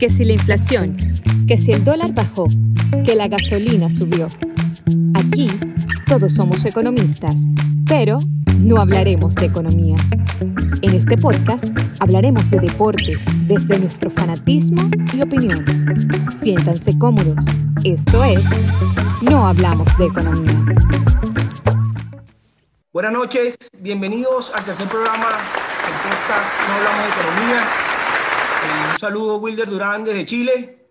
Que si la inflación, que si el dólar bajó, que la gasolina subió. Aquí todos somos economistas, pero no hablaremos de economía. En este podcast hablaremos de deportes desde nuestro fanatismo y opinión. Siéntanse cómodos. Esto es No Hablamos de Economía. Buenas noches, bienvenidos al tercer programa del podcast No Hablamos de Economía. Un saludo, Wilder Durán desde Chile.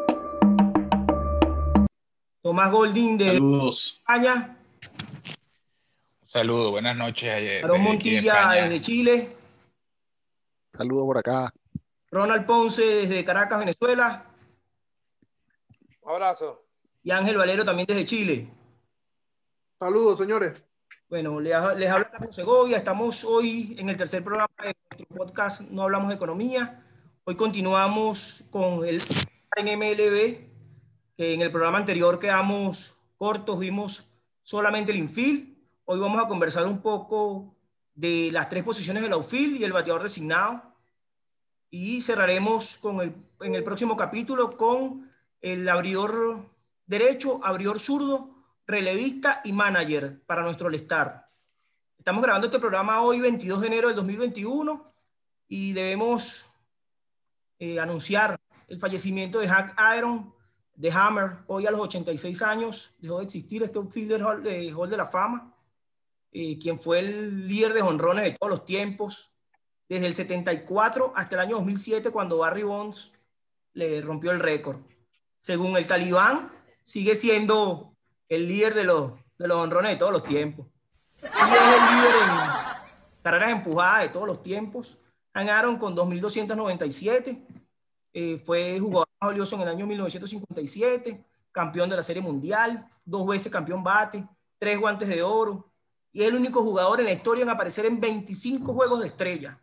Tomás Golding de España. Saludos, buenas noches. Aarón Montilla desde Chile. Saludos por acá. Ronald Ponce desde Caracas, Venezuela. Un abrazo. Y Ángel Valero también desde Chile. Saludos, señores. Bueno, les habla Carlos Segovia. Estamos hoy en el tercer programa de nuestro podcast No Hablamos de Economía. Hoy continuamos con el en MLB. En el programa anterior quedamos cortos, vimos solamente el infield. Hoy vamos a conversar un poco de las tres posiciones del outfield y el bateador designado. Y cerraremos en el próximo capítulo con el abridor derecho, abridor zurdo, relevista y manager para nuestro All-Star. Estamos grabando este programa hoy, 22 de enero del 2021, y debemos anunciar el fallecimiento de Hank Aaron, de Hammer. Hoy a los 86 años dejó de existir este outfielder Hall de la Fama, quien fue el líder de jonrones de todos los tiempos, desde el 74 hasta el año 2007, cuando Barry Bonds le rompió el récord. Según el Talibán, sigue siendo el líder de los jonrones de todos los tiempos. Sí, es el líder en carreras empujadas de todos los tiempos. Hank Aaron con 2.297. Fue jugador más valioso en el año 1957, campeón de la Serie Mundial, 2 veces campeón bate, 3 guantes de oro, y es el único jugador en la historia en aparecer en 25 juegos de estrella.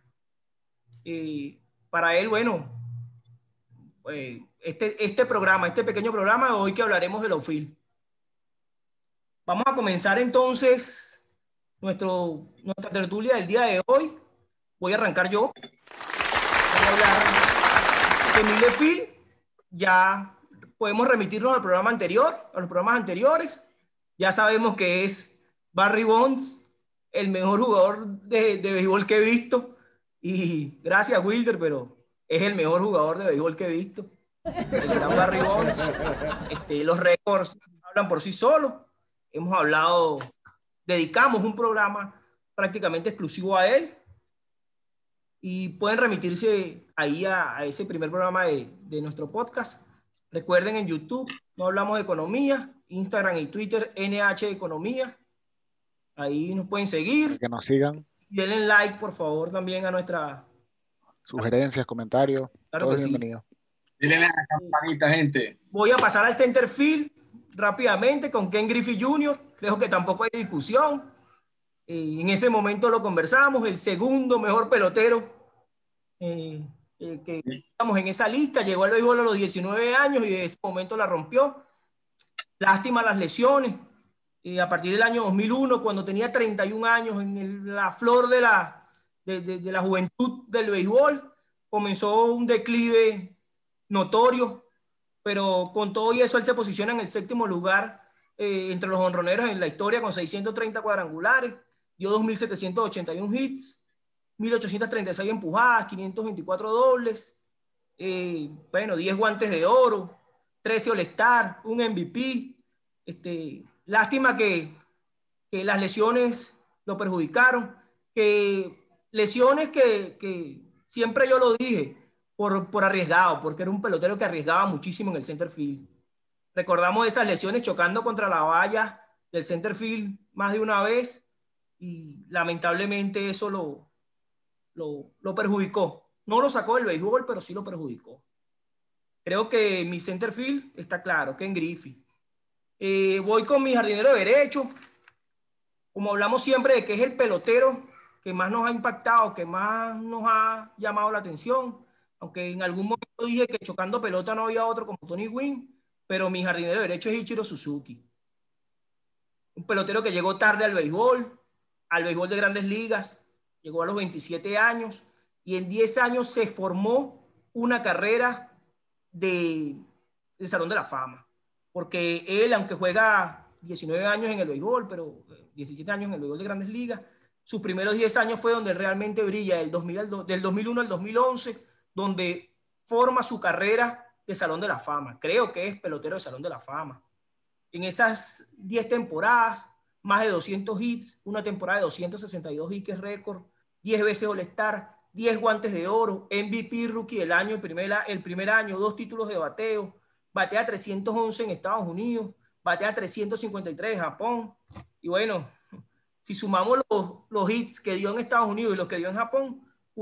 Para él, bueno, este pequeño programa, hoy que hablaremos del outfield. Vamos a comenzar entonces nuestra tertulia del día de hoy. Voy a arrancar yo. Voy a hablar de mi left field. Ya podemos remitirnos al programa anterior, a los programas anteriores. Ya sabemos que es Barry Bonds, el mejor jugador de béisbol que he visto. Y gracias, Wilder, pero es el mejor jugador de béisbol que he visto. El gran Barry Bonds. Los récords hablan por sí solos. Dedicamos un programa prácticamente exclusivo a él. Y pueden remitirse ahí a ese primer programa de nuestro podcast. Recuerden, en YouTube No Hablamos de Economía, Instagram y Twitter NH Economía. Ahí nos pueden seguir. Que nos sigan. Denle like, por favor, también a nuestra... Sugerencias, comentarios. Claro, todos que bienvenidos. Sí. Denle a la campanita, gente. Voy a pasar al center field rápidamente con Ken Griffey Jr. Creo que tampoco hay discusión. En ese momento lo conversamos, el segundo mejor pelotero que estamos en esa lista. Llegó al béisbol a los 19 años y desde ese momento la rompió. Lástima las lesiones. A partir del año 2001, cuando tenía 31 años, en la flor de la juventud del béisbol, comenzó un declive notorio, pero con todo y eso él se posiciona en el 7º lugar entre los jonroneros en la historia, con 630 cuadrangulares, dio 2.781 hits, 1.836 empujadas, 524 dobles, 10 guantes de oro, 13 All-Star, un MVP. Lástima que las lesiones lo perjudicaron, lesiones que siempre yo lo dije, por arriesgado, porque era un pelotero que arriesgaba muchísimo en el center field. Recordamos esas lesiones chocando contra la valla del center field más de una vez, y lamentablemente eso lo perjudicó. No lo sacó del béisbol, pero sí lo perjudicó. Creo que mi center field está claro, Ken Griffey. Voy con mi jardinero derecho. Como hablamos siempre de que es el pelotero que más nos ha impactado, que más nos ha llamado la atención, aunque en algún momento dije que chocando pelota no había otro como Tony Gwynn, pero mi jardinero derecho es Ichiro Suzuki. Un pelotero que llegó tarde al béisbol de Grandes Ligas, llegó a los 27 años, y en 10 años se formó una carrera del Salón de la Fama. Porque él, aunque juega 19 años en el béisbol, pero 17 años en el béisbol de Grandes Ligas, sus primeros 10 años fue donde realmente brilla, del 2001 al 2011, donde forma su carrera de Salón de la Fama. Creo que es pelotero de Salón de la Fama. En esas 10 temporadas, más de 200 hits, una temporada de 262 hits, que es récord, 10 veces All-Star, 10 guantes de oro, MVP Rookie del año, el primer año, 2 títulos de bateo, batea 311 en Estados Unidos, batea 353 en Japón. Y bueno, si sumamos los hits que dio en Estados Unidos y los que dio en Japón,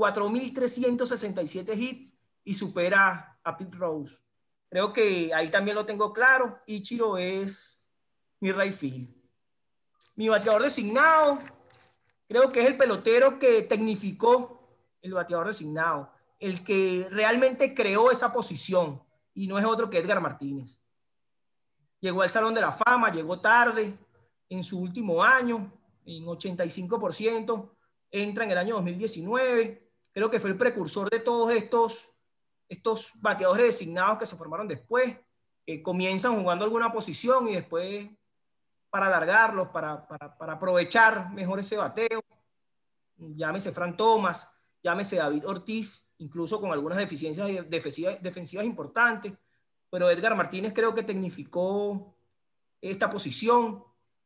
4.367 hits y supera a Pete Rose. Creo que ahí también lo tengo claro. Ichiro es mi right field. Mi bateador designado, creo que es el pelotero que tecnificó el bateador designado, el que realmente creó esa posición, y no es otro que Edgar Martínez. Llegó al Salón de la Fama, llegó tarde, en su último año, en 85%, entra en el año 2019, creo que fue el precursor de todos estos bateadores designados que se formaron después, comienzan jugando alguna posición y después para alargarlos, para aprovechar mejor ese bateo, llámese Frank Thomas, llámese David Ortiz, incluso con algunas deficiencias defensivas importantes, pero Edgar Martínez creo que tecnificó esta posición.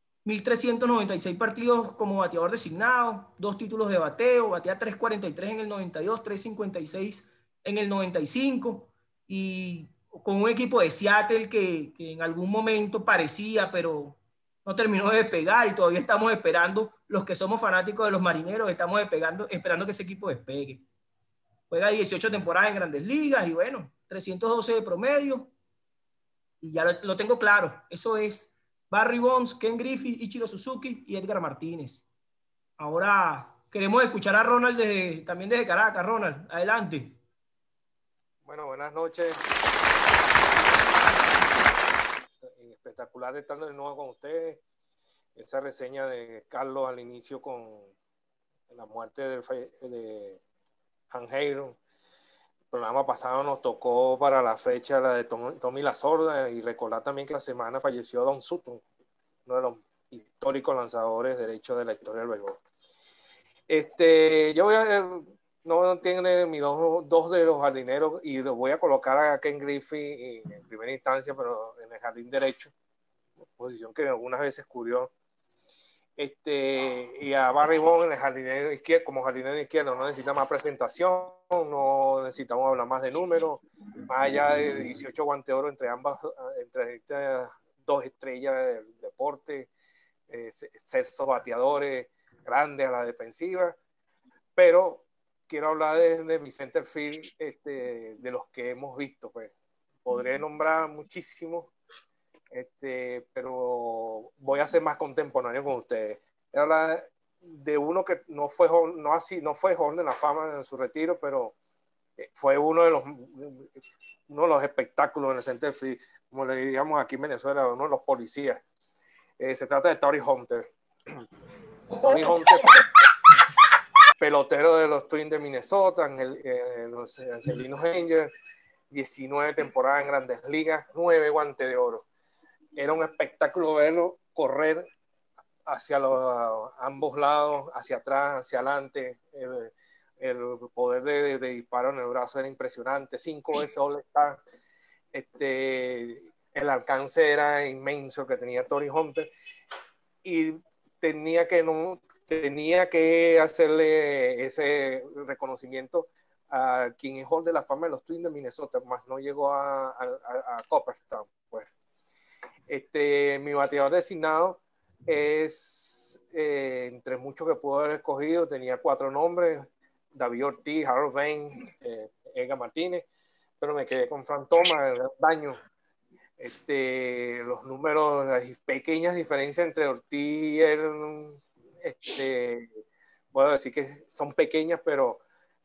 1.396 partidos como bateador designado, 2 títulos de bateo, batea 3.43 en el 92, 3.56 en el 95, y con un equipo de Seattle que en algún momento parecía, pero no terminó de despegar, y todavía estamos esperando, los que somos fanáticos de los Marineros, estamos esperando que ese equipo despegue. Juega 18 temporadas en Grandes Ligas y bueno, 312 de promedio, y ya lo tengo claro, eso es Barry Bonds, Ken Griffey, Ichiro Suzuki y Edgar Martínez. Ahora queremos escuchar a Ronald también desde Caracas. Ronald, adelante. Bueno, buenas noches. Espectacular estar de nuevo con ustedes. Esa reseña de Carlos al inicio con la muerte de Hank Aaron. El programa pasado nos tocó para la fecha la de Tommy Lasorda, y recordar también que la semana falleció Don Sutton, uno de los históricos lanzadores derechos de la historia del béisbol. Yo no tiene mis dos de los jardineros, y los voy a colocar a Ken Griffey en primera instancia, pero en el jardín derecho, posición que algunas veces cubrió. Y a Barry Bonds en el jardinero izquierdo, como jardinero izquierdo. No necesita más presentación, no necesitamos hablar más de números, más allá de 18 guantes de oro entre estas dos estrellas del deporte, excesos bateadores grandes a la defensiva. Pero quiero hablar de mi center field, de los que hemos visto. Pues podré nombrar muchísimos, pero voy a ser más contemporáneo con ustedes. Habla de uno que no fue Hall de la Fama en su retiro, pero fue uno de los espectáculos en el center field, como le digamos aquí en Venezuela, uno de los policías. Se trata de Torii Hunter. Torii Hunter, pelotero de los Twins de Minnesota, los Angelinos Angels, 19 temporadas en Grandes Ligas, 9 guantes de oro. Era un espectáculo verlo correr hacia ambos lados, hacia atrás, hacia adelante. El poder de disparo en el brazo era impresionante. 5 veces All-Star. El alcance era inmenso que tenía Torii Hunter, y tenía que hacerle ese reconocimiento a quien es Hall de la Fama de los Twins de Minnesota, más no llegó a Cooperstown. Pues. Mi bateador designado es, entre muchos que pudo haber escogido, tenía 4 nombres: David Ortiz, Harold Bain, Edgar Martínez, pero me quedé con Frank Thomas, el daño. Los números, las pequeñas diferencias entre Ortiz y él, puedo decir que son pequeñas, pero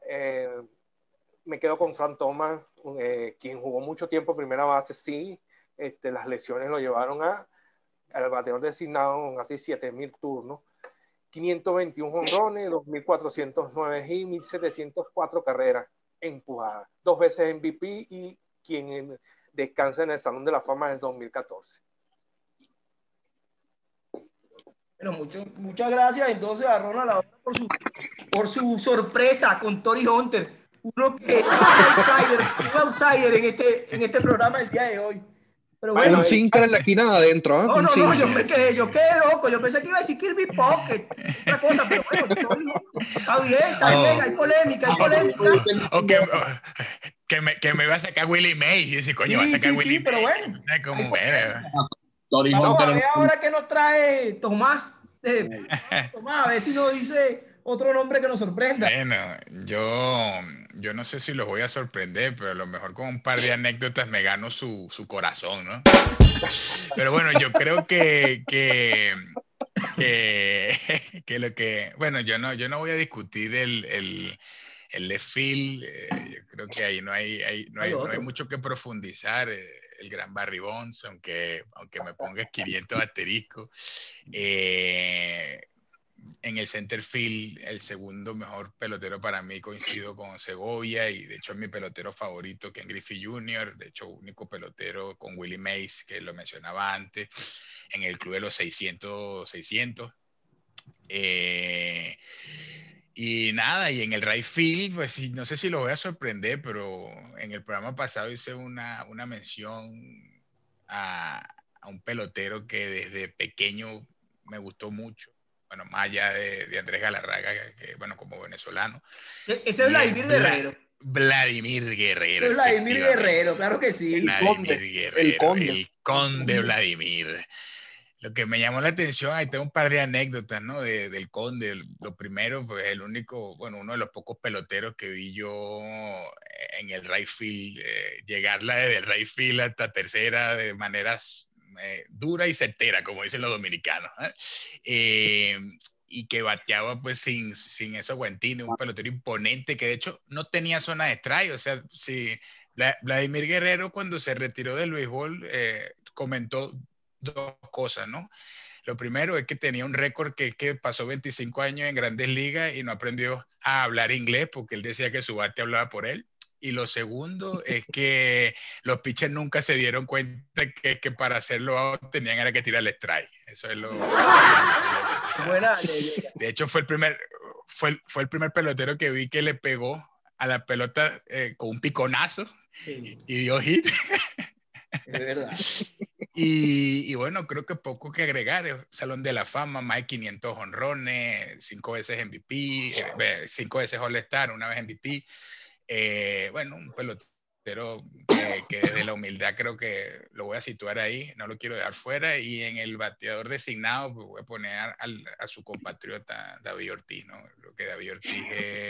me quedo con Frank Thomas, quien jugó mucho tiempo primera base. Sí, las lesiones lo llevaron al bateador designado en casi 7,000 turnos, 521 jonrones, 2.409 hits, 1.704 carreras empujadas, 2 veces MVP y quien descansa en el Salón de la Fama del 2014. Bueno, muchas gracias entonces a Ronald ahora por su sorpresa con Tory Hunter, uno que es un outsider en este programa el día de hoy. Pero bueno, un Sinker en la esquina de adentro, ¿eh? No, yo quedé loco, yo pensé que iba a decir Kirby Pocket, otra cosa, pero bueno, Tory Hunter, está bien, hay polémica. O que me va a sacar Willie Mays y dice, coño, va a sacar Willie Mays. Pero bueno. Como vamos a ver ahora qué nos trae Tomás. Tomás, a ver si nos dice otro nombre que nos sorprenda. Bueno, yo no sé si los voy a sorprender, pero a lo mejor con un par de anécdotas me gano su corazón, ¿no? Pero bueno, yo creo que lo que... Bueno, yo no voy a discutir el left field. Yo creo que ahí no hay mucho que profundizar. El gran Barry Bonds, aunque me pongas 500 asteriscos. En el center field, el segundo mejor pelotero para mí, coincido con Segovia, y de hecho es mi pelotero favorito, Ken Griffey Jr., de hecho único pelotero con Willie Mays, que lo mencionaba antes, en el club de los 600. Y nada, y en el right field, pues no sé si lo voy a sorprender, pero en el programa pasado hice una mención a un pelotero que desde pequeño me gustó mucho. Bueno, más allá de Andrés Galarraga, que bueno, como venezolano. Ese es Vladimir Guerrero. Vladimir Guerrero. Vladimir Guerrero, claro que sí. El conde Vladimir. Lo que me llamó la atención, ahí tengo un par de anécdotas, ¿no? Del Conde. Lo primero, pues uno de los pocos peloteros que vi yo en el right field, llegarla desde el right field hasta tercera de maneras dura y certera, como dicen los dominicanos, y que bateaba pues sin esos guantines, un pelotero imponente que de hecho no tenía zona de strike. O sea, si Vladimir Guerrero, cuando se retiró del béisbol, comentó dos cosas, ¿no? Lo primero es que tenía un récord que pasó 25 años en Grandes Ligas y no aprendió a hablar inglés porque él decía que su bate hablaba por él. Y lo segundo es que los pitchers nunca se dieron cuenta que para hacerlo out tenían que tirar el strike. Eso es lo... Buena. De hecho, fue el primer pelotero que vi que le pegó a la pelota con un piconazo y dio hit. Es verdad. Y bueno, creo que poco que agregar. Salón de la Fama, más de 500 honrones, 5 veces MVP, 5 veces All-Star, una vez MVP. Bueno, un pelotero que desde la humildad creo que lo voy a situar ahí, no lo quiero dejar fuera. Y en el bateador designado, pues voy a poner a su compatriota David Ortiz, ¿no? Creo que David Ortiz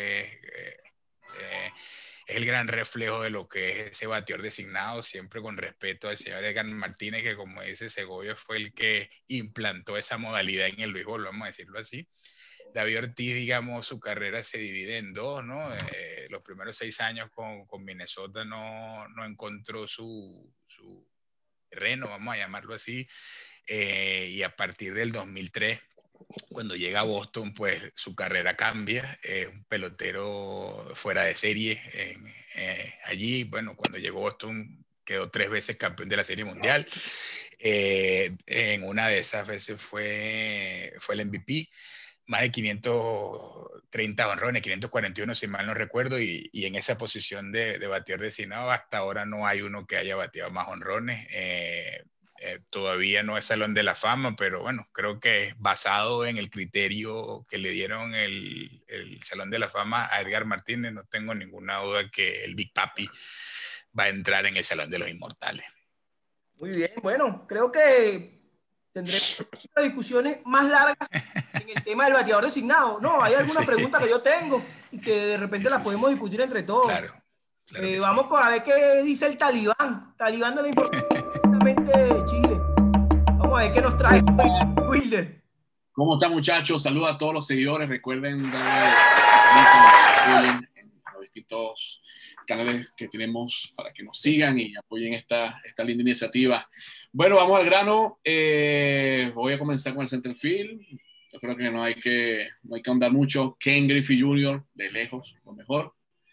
es el gran reflejo de lo que es ese bateador designado, siempre con respeto al señor Edgar Martínez, que como dice Segovia fue el que implantó esa modalidad en el béisbol, vamos a decirlo así. David Ortiz, digamos, su carrera se divide en dos, ¿no? Los primeros 6 años con Minnesota no encontró su terreno, vamos a llamarlo así, y a partir del 2003, cuando llega a Boston, pues su carrera cambia. Un pelotero fuera de serie allí. Bueno, cuando llegó a Boston quedó 3 veces campeón de la Serie Mundial. En una de esas veces fue el MVP. Más de 530 honrones, 541 si mal no recuerdo, y en esa posición de bateador designado hasta ahora no hay uno que haya bateado más honrones. Todavía no es Salón de la Fama, pero bueno, creo que basado en el criterio que le dieron el Salón de la Fama a Edgar Martínez, no tengo ninguna duda que el Big Papi va a entrar en el Salón de los Inmortales. Muy bien, bueno, creo que tendremos discusiones más largas en el tema del bateador designado. No, hay alguna pregunta que yo tengo y que de repente la podemos discutir entre todos. Claro vamos a ver qué dice el Talibán de la información de Chile. Vamos a ver qué nos trae Wilder. ¿Cómo están, muchachos? Saludos a todos los seguidores. Recuerden darle en los distintos canales que tenemos para que nos sigan y apoyen esta linda iniciativa. Bueno, vamos al grano. Voy a comenzar con el center field. Yo creo que no hay que ahondar mucho. Ken Griffey Jr., de lejos, lo mejor.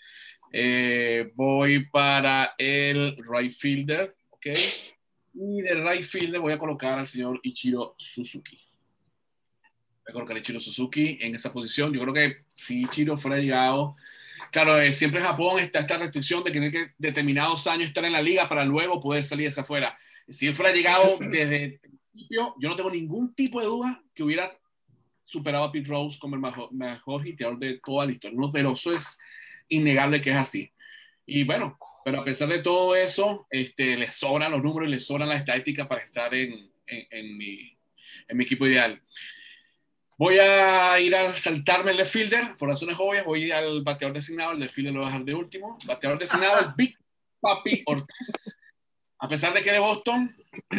Voy para el right fielder, ¿ok? Y de right fielder voy a colocar al señor Ichiro Suzuki. Voy a colocar a Ichiro Suzuki en esa posición. Yo creo que si Ichiro fuera llegado... Claro, siempre en Japón está esta restricción de tener que determinados años estar en la liga para luego poder salir hacia afuera. Si él fuera llegado desde el principio, yo no tengo ningún tipo de duda que hubiera superado a Pete Rose como el mejor hiteador de toda la historia. No, pero eso es innegable que es así. Y bueno, pero a pesar de todo eso, le sobran los números y le sobran las estadísticas para estar en mi equipo ideal. Voy a ir a saltarme el left fielder, por razones obvias. Voy al bateador designado, el left fielder lo voy a dejar de último. Bateador designado, el Big Papi Ortiz. A pesar de que de Boston,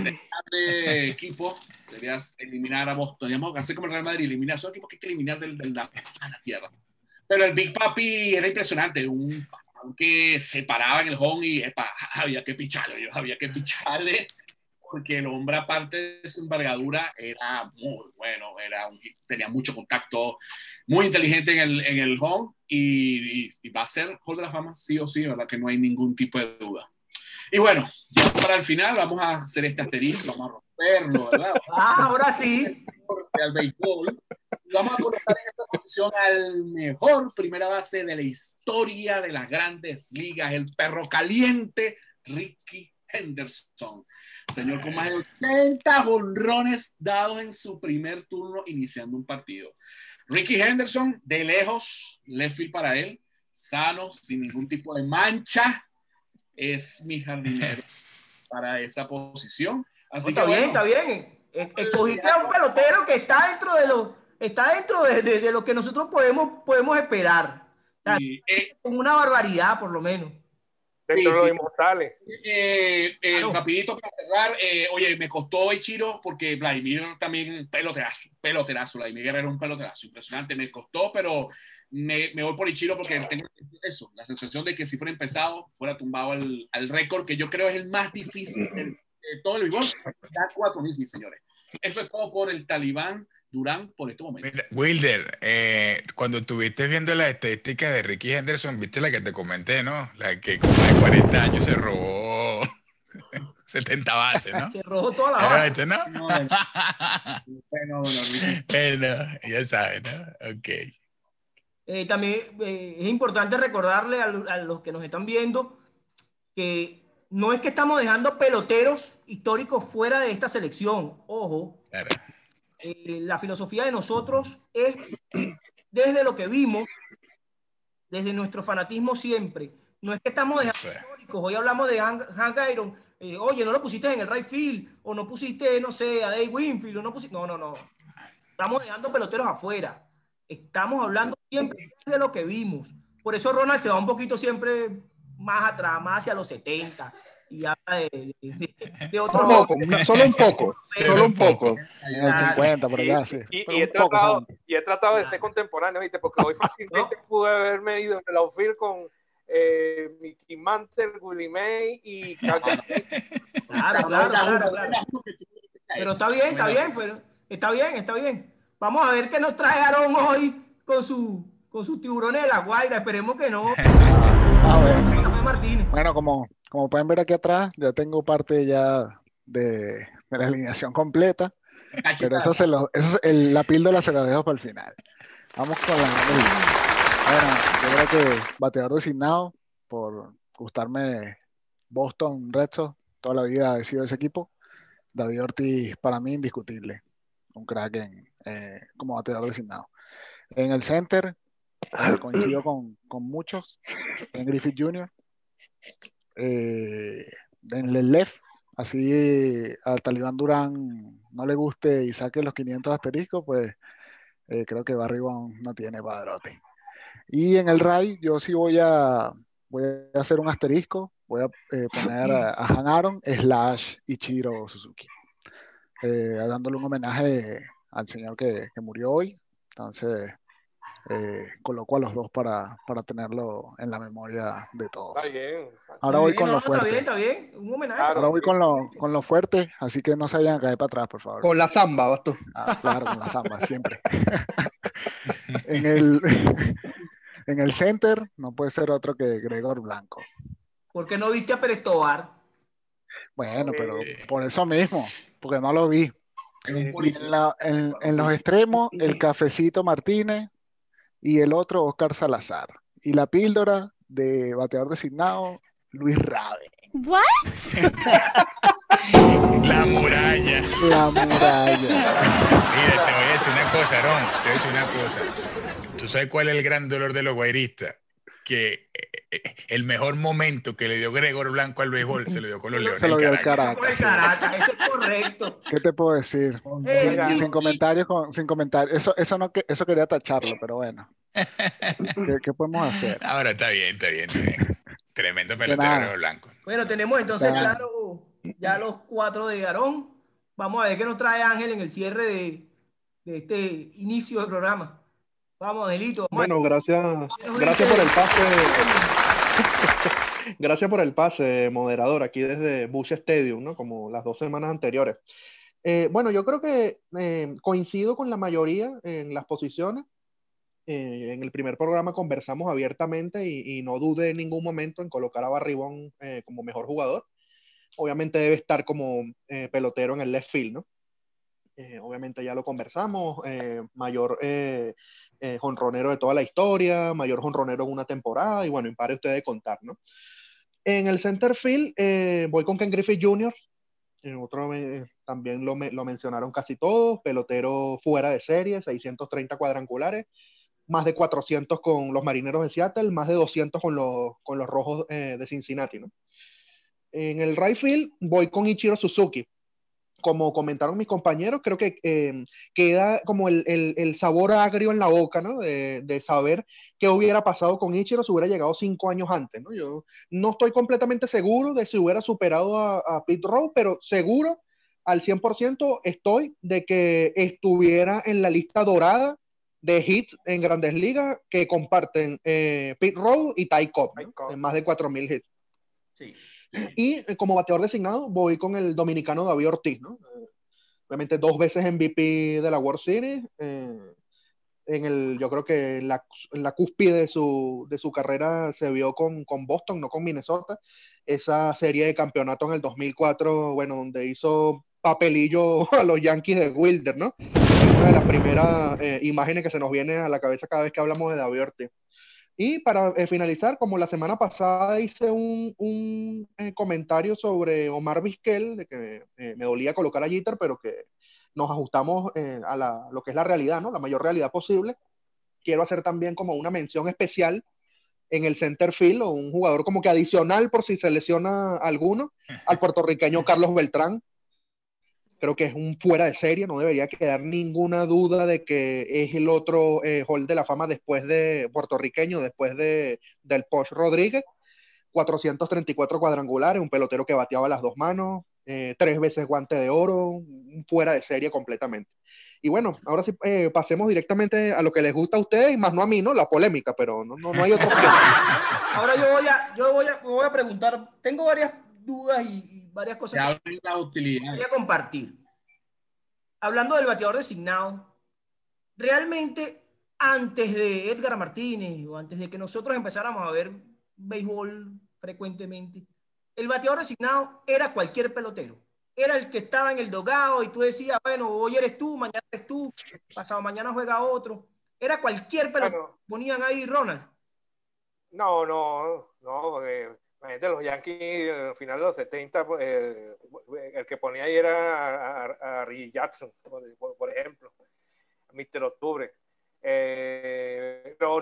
de equipo, deberías eliminar a Boston. Digamos, hacer como el Real Madrid, eliminar. Son equipos que hay que eliminar de la tierra. Pero el Big Papi era impresionante. Aunque se paraba en el home y había que picharle. Porque el hombre, aparte de su envergadura, era muy bueno, tenía mucho contacto, muy inteligente en el home y va a ser Hall de la Fama, sí o sí, ¿verdad? Que no hay ningún tipo de duda. Y bueno, ya para el final vamos a hacer este asterisco, vamos a romperlo, ¿verdad? Ahora sí. Al béisbol. Vamos a colocar en esta posición al mejor primera base de la historia de las grandes ligas, el perro caliente Ricky Henderson, señor con más de 80 jonrones dados en su primer turno iniciando un partido. Ricky Henderson, de lejos, left field para él, sano, sin ningún tipo de mancha, es mi jardinero para esa posición. Así está bien, está bien. Escogiste a un pelotero que está dentro de lo que nosotros podemos esperar. O sea, con una barbaridad, por lo menos. Dentro de los inmortales. Rapidito para cerrar, oye, me costó Ichiro porque Vladimir también peloterazo, Vladimir Guerrero era un peloterazo, impresionante, me costó, pero me voy por Ichiro porque tengo eso, la sensación de que si fuera empezado, fuera tumbado al récord, que yo creo es el más difícil de todo el béisbol, da 4.000, señores. Eso es todo por el Talibán Durán por este momento. Mira, Wilder, cuando estuviste viendo las estadísticas de Ricky Henderson, viste la que te comenté, ¿no? La que con más de 40 años se robó 70 bases, ¿no? Se robó toda la base. ¿No? Bueno, ya sabes, ¿no? Ok. También es importante recordarle a los que nos están viendo que no es que estamos dejando peloteros históricos fuera de esta selección. Ojo. Claro. La filosofía de nosotros es, desde lo que vimos, desde nuestro fanatismo siempre, no es que estamos dejando históricos. Hoy hablamos de Hank Aaron, oye, no lo pusiste en el right field, o no pusiste, no sé, a Dave Winfield, o no pusiste... No. Estamos dejando peloteros afuera. Estamos hablando siempre de lo que vimos. Por eso Ronald se va un poquito siempre más atrás, más hacia los 70. Y habla de otro poco, solo un poco. En el 50, por allá, sí. Y he tratado de ser contemporáneo, ¿viste? Porque hoy fácilmente pude haberme ido en el outfield con Mickey Mantle, Willie May y Claro. Pero está bien. Vamos a ver qué nos trae Aaron hoy con sus tiburones de la Guaira. Esperemos que no. Martínez. Bueno, como pueden ver aquí atrás, ya tengo parte ya de la alineación completa. Pero la píldora se la dejo para el final. Vamos con la... Bueno, yo creo que bateador designado, por gustarme Boston Red Sox, toda la vida he sido ese equipo. David Ortiz, para mí, indiscutible. Un crack como bateador designado. En el center, coincido con muchos. En Griffith Jr. En el left, así al Talibán Durán no le guste y saque los 500 asteriscos, pues creo que Barry Bonds no tiene padrote. Y en el right, yo sí voy a hacer un asterisco, voy a poner a Han Aaron / Ichiro Suzuki, dándole un homenaje al señor que murió hoy. Entonces coloco a los dos para tenerlo en la memoria de todos. Está bien. Ahora voy con lo fuerte. Está bien. Un homenaje. Ahora voy con lo fuerte, así que no se vayan a caer para atrás, por favor. Con la samba, vas tú. Claro, con la samba, siempre. En En el center no puede ser otro que Gregor Blanco. ¿Por qué no viste a Pérez Tobar? Bueno, pero por eso mismo, porque no lo vi. Y en En los extremos, el Cafecito Martínez y el otro Oscar Salazar. Y la píldora de bateador designado, Luis Raven. ¿What? La muralla. La muralla. Mira, te voy a decir una cosa, Aaron. Te voy a decir una cosa. ¿Tú sabes cuál es el gran dolor de los guairistas? Que el mejor momento que le dio Gregor Blanco al béisbol se lo dio con los Leones. Se lo dio el Con el Caracas. Caracas, eso es correcto. ¿Qué te puedo decir? Sin comentarios, sin comentarios. Eso quería tacharlo, pero bueno. ¿Qué podemos hacer? Ahora está bien. Tremendo pelotero Gregor Blanco. Bueno, tenemos entonces claro ya los 4 de Aarón. Vamos a ver qué nos trae Ángel en el cierre de este inicio del programa. Vamos, Angelito. Bueno, gracias por el pase. Gracias por el pase, moderador, aquí desde Busch Stadium, ¿no? Como las 2 semanas anteriores. Bueno, yo creo que coincido con la mayoría en las posiciones. En el primer programa conversamos abiertamente y no dudé en ningún momento en colocar a Barribón como mejor jugador. Obviamente debe estar como pelotero en el left field, ¿no? Obviamente ya lo conversamos, mayor jonronero de toda la historia, mayor jonronero en una temporada, y bueno, impare usted de contar, ¿no? En el center field voy con Ken Griffey Jr., también lo mencionaron casi todos, pelotero fuera de serie, 630 cuadrangulares, más de 400 con los Marineros de Seattle, más de 200 con los Rojos de Cincinnati, ¿no? En el right field voy con Ichiro Suzuki. Como comentaron mis compañeros, creo que queda como el sabor agrio en la boca, ¿no? De saber qué hubiera pasado con Ichiro si hubiera llegado 5 años antes, ¿no? Yo no estoy completamente seguro de si hubiera superado a Pete Rose, pero seguro al 100% estoy de que estuviera en la lista dorada de hits en Grandes Ligas que comparten Pete Rose y Ty Cobb, ¿no? En más de 4,000 hits. Sí. Y como bateador designado voy con el dominicano David Ortiz, ¿no? Obviamente 2 veces MVP de la World Series, yo creo que en la cúspide de su carrera se vio con Boston, no con Minnesota, esa serie de campeonato en el 2004, bueno, donde hizo papelillo a los Yankees de Wilder, ¿no? Es una de las primeras imágenes que se nos viene a la cabeza cada vez que hablamos de David Ortiz. Y para finalizar, como la semana pasada hice un comentario sobre Omar Vizquel, de que me dolía colocar a Jeter, pero que nos ajustamos a lo que es la realidad, ¿no? La mayor realidad posible. Quiero hacer también como una mención especial en el center field, o un jugador como que adicional por si se lesiona alguno, al puertorriqueño Carlos Beltrán. Creo que es un fuera de serie, no debería quedar ninguna duda de que es el otro Hall de la Fama después de puertorriqueño, después del Poch Rodríguez. 434 cuadrangulares, un pelotero que bateaba las 2 manos, 3 veces guante de oro, un fuera de serie completamente. Y bueno, ahora sí pasemos directamente a lo que les gusta a ustedes, y más no a mí, ¿no? La polémica, pero no hay otro opción. Ahora yo voy a preguntar, tengo varias dudas y varias cosas que quería compartir. Hablando del bateador designado, realmente antes de Edgar Martínez o antes de que nosotros empezáramos a ver béisbol frecuentemente, el bateador designado era cualquier pelotero. Era el que estaba en el dogado y tú decías, bueno, hoy eres tú, mañana eres tú, pasado mañana juega otro. Era cualquier pelotero. Bueno, ponían ahí Ronald. No, porque imagínate, los Yankees al final de los 70, el que ponía ahí era a Reggie Jackson, por ejemplo, a Mr. Octubre. Pero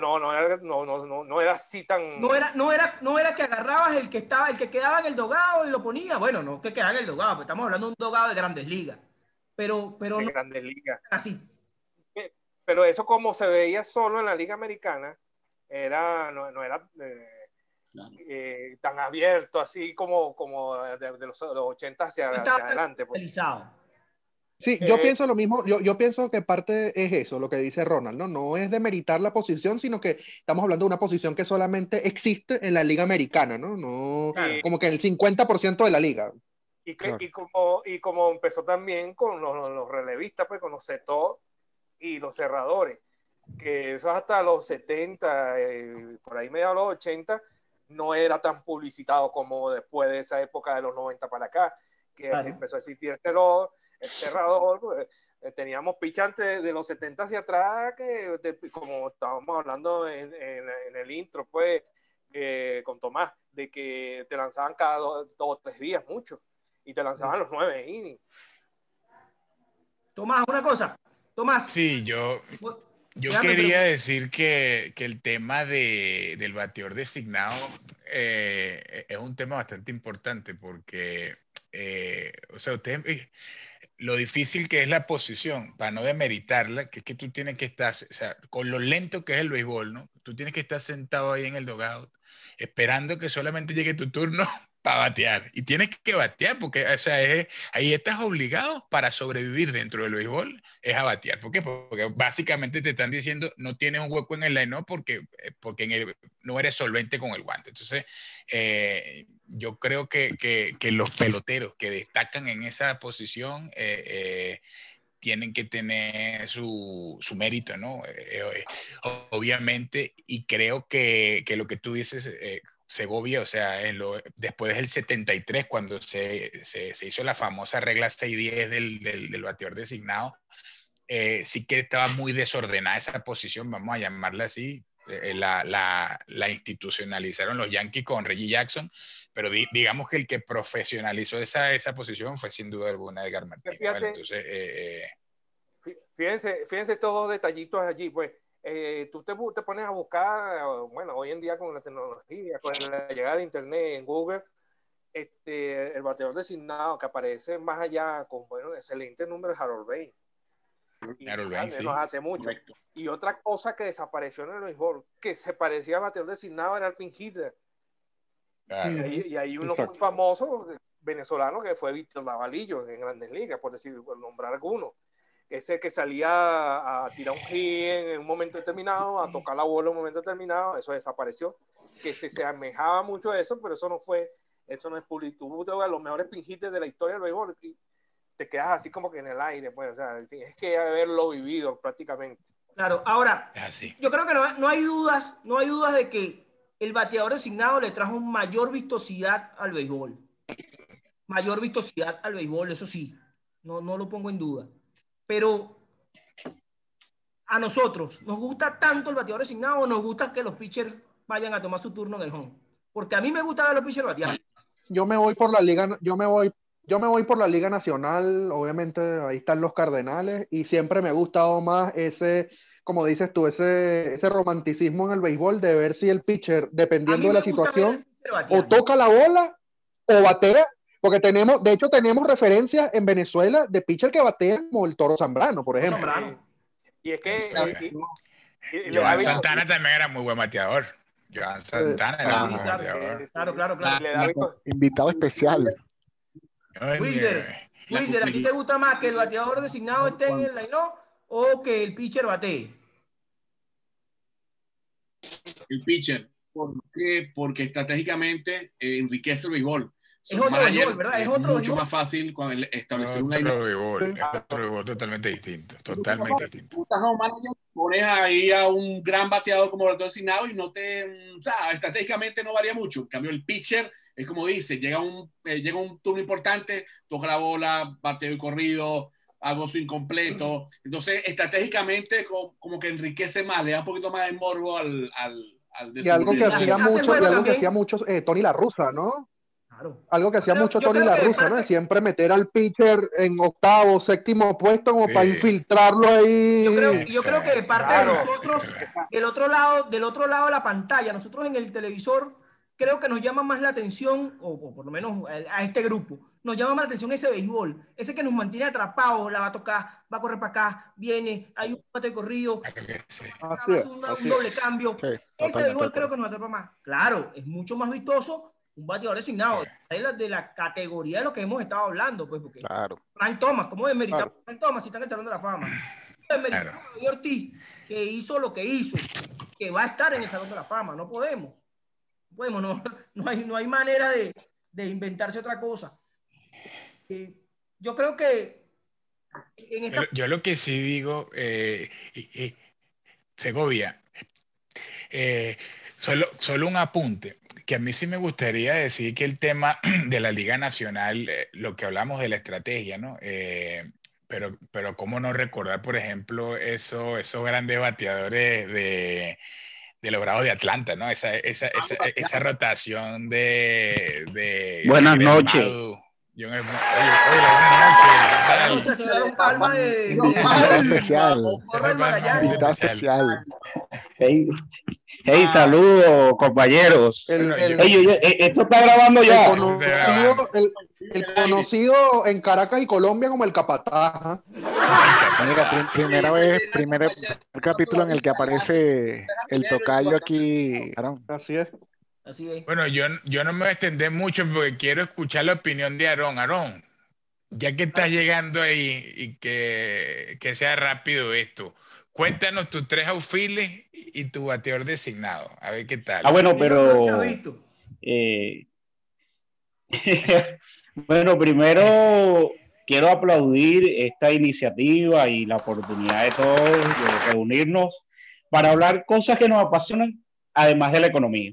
no era así tan... No era que agarrabas el que quedaba en el dogado y lo ponía. Bueno, no que quedaba en el dogado, porque estamos hablando de un dogado de Grandes Ligas. Pero de no Grandes Ligas. Así. Pero eso, como se veía solo en la Liga Americana, no era tan abierto, así como de los 80 hacia adelante. Sí, yo pienso lo mismo. Yo pienso que parte es eso, lo que dice Ronald, ¿no? No es demeritar la posición, sino que estamos hablando de una posición que solamente existe en la Liga Americana, ¿no? Como que el 50% de la liga. Y como empezó también con los relevistas, pues con los setores y los cerradores. que eso hasta los 70, por ahí mediados de los 80, no era tan publicitado como después de esa época de los 90 para acá, que Claro. se empezó a existir el cerrador. Pues, teníamos pichantes de los 70 hacia atrás, como estábamos hablando en el intro, pues, con Tomás, de que te lanzaban cada 2 o 3 días, mucho, y te lanzaban los 9 innings. Tomás, una cosa. Tomás. Sí, yo quería decir que el tema del bateador designado es un tema bastante importante porque, o sea, lo difícil que es la posición, para no demeritarla, que es que tú tienes que estar, o sea, con lo lento que es el béisbol, ¿no? Tú tienes que estar sentado ahí en el dugout, esperando que solamente llegue tu turno para batear. Y tienes que batear, porque, o sea, ahí estás obligado para sobrevivir dentro del béisbol, es a batear. ¿Por qué? Porque básicamente te están diciendo, no tienes un hueco en el line-up porque no eres solvente con el guante. Entonces, yo creo que los peloteros que destacan en esa posición tienen que tener su mérito, ¿no? Obviamente, y creo que lo que tú dices, Segovia, o sea, después del 73, cuando se hizo la famosa regla 6-10 del bateador designado, sí que estaba muy desordenada esa posición, vamos a llamarla así. La institucionalizaron los Yankees con Reggie Jackson, pero digamos que el que profesionalizó esa posición fue sin duda alguna Edgar Martínez. Fíjate, ¿vale? Entonces, fíjense estos 2 detallitos allí, pues. Tú te pones a buscar, bueno, hoy en día con la tecnología, con la llegada de internet en Google, el bateador designado que aparece más allá con, bueno, excelente número es Harold Baines. Harold Baines, sí. Nos hace mucho. Correcto. Y otra cosa que desapareció en el béisbol, que se parecía a bateador designado, era el pin hitter. Claro. Y hay uno muy famoso venezolano que fue Víctor Lavalillo en Grandes Ligas, por nombrar alguno. Ese que salía a tirar un hit en un momento determinado, a tocar la bola en un momento determinado, eso desapareció. Que se asemejaba mucho a eso, pero eso no es público. Tú los mejores pin hitters de la historia del béisbol y te quedas así como que en el aire, pues, o sea, tienes que haberlo vivido prácticamente. Claro, ahora, yo creo que no hay dudas de que el bateador designado le trajo mayor vistosidad al béisbol. Mayor vistosidad al béisbol, eso sí, no lo pongo en duda. Pero a nosotros, ¿nos gusta tanto el bateador designado o nos gusta que los pitchers vayan a tomar su turno en el home? Porque a mí me gusta ver a los pitchers batear. Yo me voy por la liga, yo me voy por la Liga Nacional, obviamente ahí están los Cardenales, y siempre me ha gustado más como dices tú, ese romanticismo en el béisbol de ver si el pitcher, dependiendo de la situación, o toca la bola o batea, porque de hecho tenemos referencias en Venezuela de pitcher que batean como el Toro Zambrano, por ejemplo. Y es que Joan Santana también era muy buen bateador. Joan Santana era muy buen bateador. Claro. Invitado especial. Wilder, ¿a ti te gusta más que el bateador designado esté en el line-up o que el pitcher batee? El pitcher. ¿Por qué? Porque estratégicamente enriquece el béisbol. Es otro béisbol, ¿verdad? Es otro mucho más fácil cuando establecer un béisbol totalmente distinto. Totalmente distinto. Pones ahí a un gran bateador como bateador designado y o sea, estratégicamente no varía mucho. En cambio, el pitcher es como dice, llega un turno importante, toca la bola, bateo y corrido, hago su incompleto. Entonces, estratégicamente como que enriquece más, le da un poquito más de morbo al y algo que hacía mucho Tony La Russa, ¿no? Claro. Algo que hacía mucho Tony La Russa, ¿no? Siempre meter al pitcher en octavo, séptimo puesto como para infiltrarlo ahí. Yo creo que de parte de nosotros, del otro lado de la pantalla, nosotros en el televisor, creo que nos llama más la atención, o por lo menos a este grupo, nos llama más la atención ese béisbol, ese que nos mantiene atrapados, la va a tocar, va a correr para acá, viene, hay un bate de corrido, un doble cambio. Ese béisbol creo que nos atrapa más. Claro, es mucho más vistoso un bateador designado, de la categoría de lo que hemos estado hablando, pues, porque Frank Thomas, ¿cómo desmeritamos a Frank Thomas si está en el Salón de la Fama? Desmeritamos a David Ortiz, que hizo lo que hizo, que va a estar en el Salón de la Fama, no podemos, no hay manera de inventarse otra cosa. Yo creo que yo lo que sí digo, Segovia, solo un apunte, que a mí sí me gustaría decir que el tema de la Liga Nacional, lo que hablamos de la estrategia, ¿no? Pero cómo no recordar, por ejemplo, esos grandes bateadores de los Bravos de Atlanta, ¿no? Esa rotación de Buenas noches. Buenas noches. Palma de especial. Hey, saludos, compañeros. Esto está grabando ya. El conocido en Caracas y Colombia como el Capataz. Mira, primer capítulo en el que aparece el tocayo aquí. Así es. Bueno, yo no me voy a extender mucho porque quiero escuchar la opinión de Aarón. Aarón, ya que estás llegando ahí y que sea rápido esto, cuéntanos tus 3 outfielders y tu bateador designado. A ver qué tal. Bueno, pero... Bueno, primero quiero aplaudir esta iniciativa y la oportunidad de todos de reunirnos para hablar cosas que nos apasionan, además de la economía.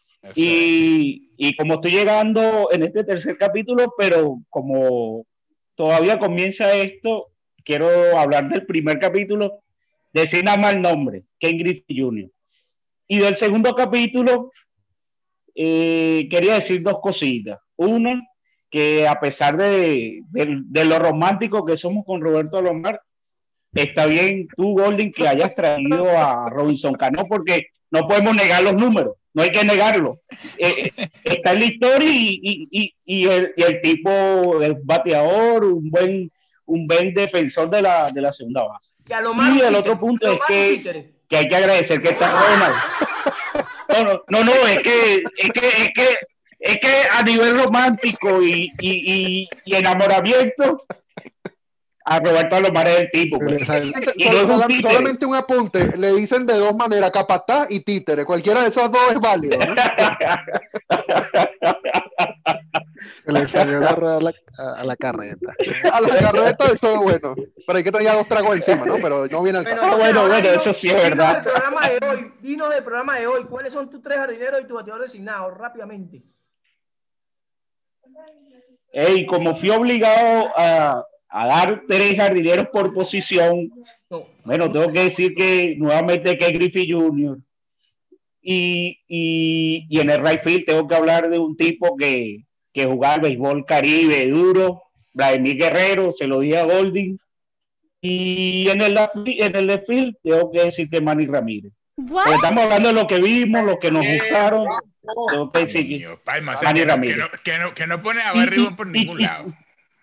Y como estoy llegando en este tercer capítulo, pero como todavía comienza esto, quiero hablar del primer capítulo, decir nada más el nombre, Ken Griffey Jr. Y del segundo capítulo, quería decir 2 cositas. Una, que a pesar de lo romántico que somos con Roberto Alomar, está bien tú, Golding, que hayas traído a Robinson Cano, porque no podemos negar los números, no hay que negarlo. Está en la historia y el tipo es bateador, un buen defensor de la segunda base. Y el otro punto es que hay que agradecer que está Ronald. No, es que a nivel romántico y enamoramiento, a Roberto Alomar es el tipo. Pues. Solamente un apunte, le dicen de 2 maneras, capataz y títere, cualquiera de esos 2 es válido, ¿no? Le salió la rueda a la carreta. A la carreta eso es bueno, pero hay que tener 2 tragos encima, ¿no? Pero no viene al caso. Bueno, eso sí es verdad. Vino del programa de hoy, ¿cuáles son tus 3 jardineros y tu bateador designado? Rápidamente. Como fui obligado a dar 3 jardineros por posición, bueno, tengo que decir que nuevamente Ken Griffey Jr. Y en el right field tengo que hablar de un tipo que jugaba al béisbol Caribe duro, Vladimir Guerrero, se lo di a Golding. Y en el left field tengo que decir que Manny Ramírez. Porque estamos hablando de lo que vimos, lo que nos gustaron. Tengo que decir Manny Ramírez. Que no pone a Barribón por ningún lado.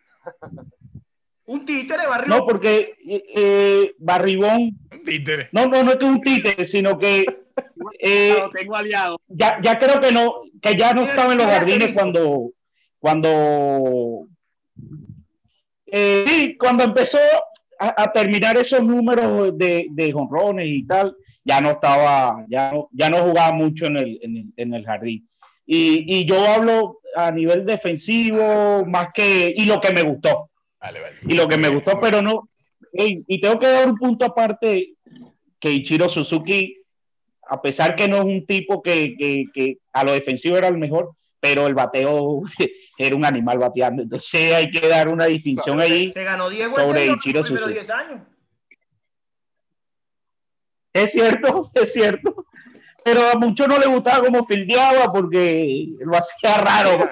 Un títere, Barribón. No, porque Barribón. Un títere. No es que un títere, sino que lo tengo aliado. Ya creo que ya no estaba en los jardines cuando empezó a terminar esos números de jonrones y tal, ya no jugaba mucho en el jardín. Y yo hablo a nivel defensivo más que, y lo que me gustó. Vale. Y lo que me gustó, pero no. Y tengo que dar un punto aparte, que Ichiro Suzuki, a pesar que no es un tipo que a lo defensivo era el mejor, pero el bateo era un animal bateando. Entonces hay que dar una distinción ahí se ganó 10 sobre Ichiro Suzuki. 10 años. Es cierto. Pero a muchos no les gustaba cómo fildeaba porque lo hacía raro.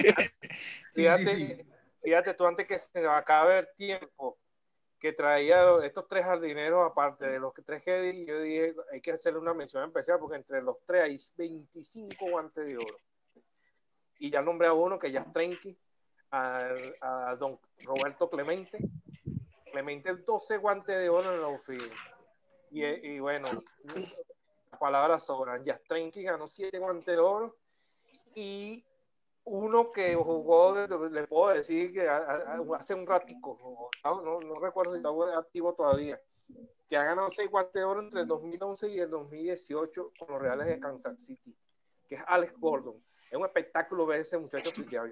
Fíjate tú, antes que se acabe el tiempo, que traía estos 3 jardineros, aparte de los 3 que di, yo dije, hay que hacerle una mención especial porque entre los 3 hay 25 guantes de oro. Y ya nombré a uno que ya es Trenky, a don Roberto Clemente, 12 guantes de oro en la outfield. Y bueno, las palabras sobran. Ya Trenky ganó 7 guantes de oro. Y uno que jugó, le puedo decir que hace un ratico, no recuerdo si está activo todavía, que ha ganado 6 guantes de oro entre el 2011 y el 2018 con los Reales de Kansas City, que es Alex Gordon. Es un espectáculo ver ese muchacho filiado.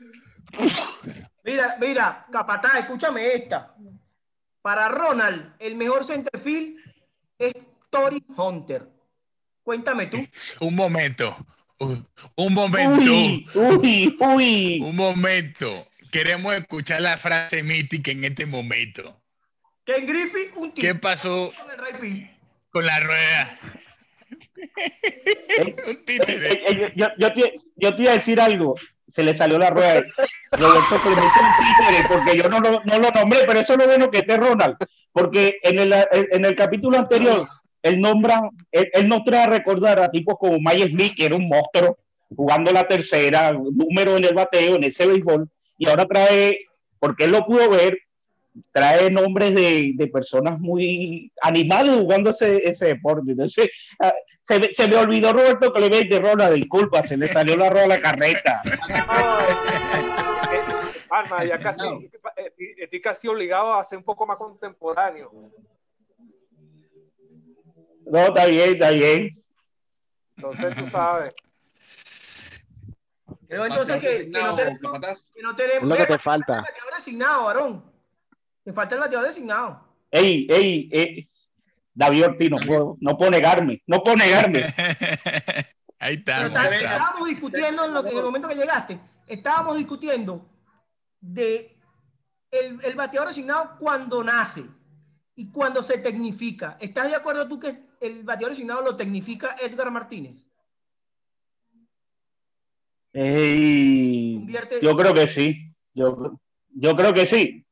Mira, Capataz, escúchame esta. Para Ronald, el mejor centerfield es Torii Hunter. Cuéntame tú. Un momento. Un momento. Queremos escuchar la frase mítica en este momento. Ken Griffey, un tío. ¿Qué pasó con el right field? Con la rueda? Yo te iba a decir algo. Se le salió la rueda. Roberto Clemente un títere, porque yo no lo nombré, pero eso es lo bueno que esté Ronald. Porque en el capítulo anterior, él nos trae a recordar a tipos como Mike Smith, que era un monstruo, jugando la tercera, número en el bateo, en ese béisbol, y ahora trae, porque él lo pudo ver, trae nombres de personas muy animadas jugando ese deporte. Entonces, se me olvidó Roberto Clemente, Ronald, disculpa, se le salió la rueda a la carreta. Alma, ya casi, estoy casi obligado a ser un poco más contemporáneo. No, está bien. Entonces tú sabes. Creo entonces que no tenemos. Lo que te falta. El bateador designado, varón. Te falta el bateador designado. David Ortiz, no puedo negarme. Ahí está. Estábamos discutiendo en el momento que llegaste. Estábamos discutiendo de el bateador designado cuando nace y cuando se tecnifica. ¿Estás de acuerdo tú que el bateador designado lo tecnifica Edgar Martínez? Yo creo que sí. Yo creo que sí.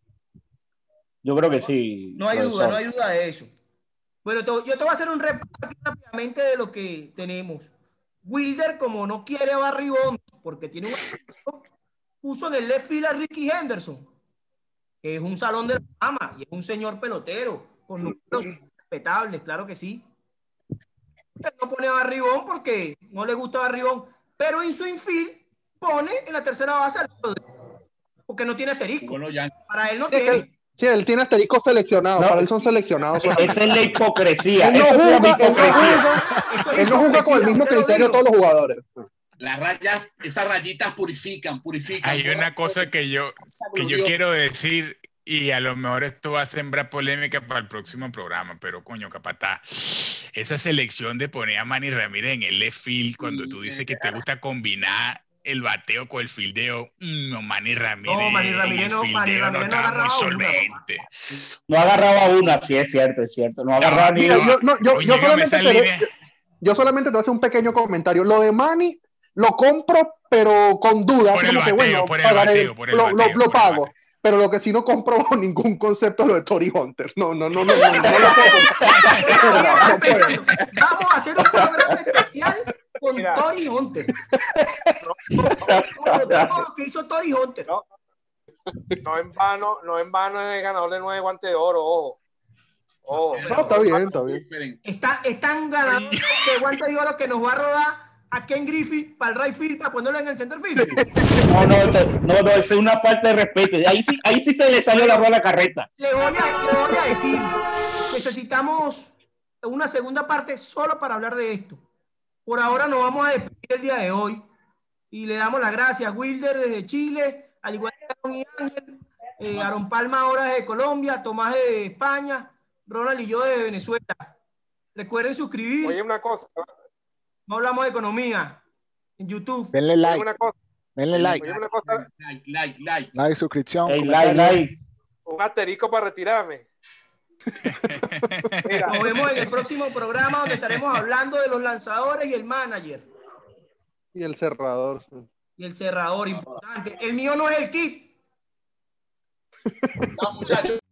No hay duda de eso. Bueno, yo te voy a hacer un repaso aquí rápidamente de lo que tenemos. Wilder, como no quiere a Barry Bonds porque tiene un puso en el left field a Ricky Henderson, que es un salón de la fama y es un señor pelotero con números respetables, claro que sí. Él no pone a Barry Bonds porque no le gusta a Barry Bonds, pero en su infield pone en la tercera base porque no tiene asterisco. Para él no tiene. Sí, él tiene asteriscos seleccionados, para él son seleccionados. Esa es la hipocresía. Él no juzga con el mismo criterio todos los jugadores. Las rayas, esas rayitas purifican. Hay una cosa que yo quiero decir, y a lo mejor esto va a sembrar polémica para el próximo programa, pero coño, capataz, esa selección de poner a Manny Ramírez en el left field, cuando tú dices que te gusta combinar el bateo con el fildeo, Manny Ramírez no estaba muy solvente. No agarraba una, sí, es cierto. No agarraba ni una. Yo solamente te voy a hacer un pequeño comentario. Lo de Manny lo compro, pero con dudas. Lo pago. Pero lo que sí no compro bajo ningún concepto es lo de Torii Hunter. No lo puedo. Vamos a hacer un programa especial con Torii Hunter. Lo que hizo Torii Hunter. No en vano es el ganador de 9 guantes de oro, ojo. No, está bien. Es tan ganador de guantes de oro que nos va a rodar a Ken Griffey para el right field para ponerlo en el center field. No, es una falta de respeto. Ahí sí se le salió la rueda a la carreta. Le voy a decir, necesitamos una segunda parte solo para hablar de esto. Por ahora nos vamos a despedir el día de hoy y le damos las gracias a Wilder desde Chile, al igual que a Aaron y Ángel, Aaron Palma ahora desde Colombia, Tomás de España, Ronald y yo de Venezuela. Recuerden suscribirse. Oye, una cosa. No hablamos de economía en YouTube. Denle like. Denle like. Oye, una cosa. Like, suscripción. Like. Un asterisco para retirarme. Mira, nos vemos en el próximo programa donde estaremos hablando de los lanzadores y el manager. Y el cerrador. Importante. El mío no es el kit. No, muchachos.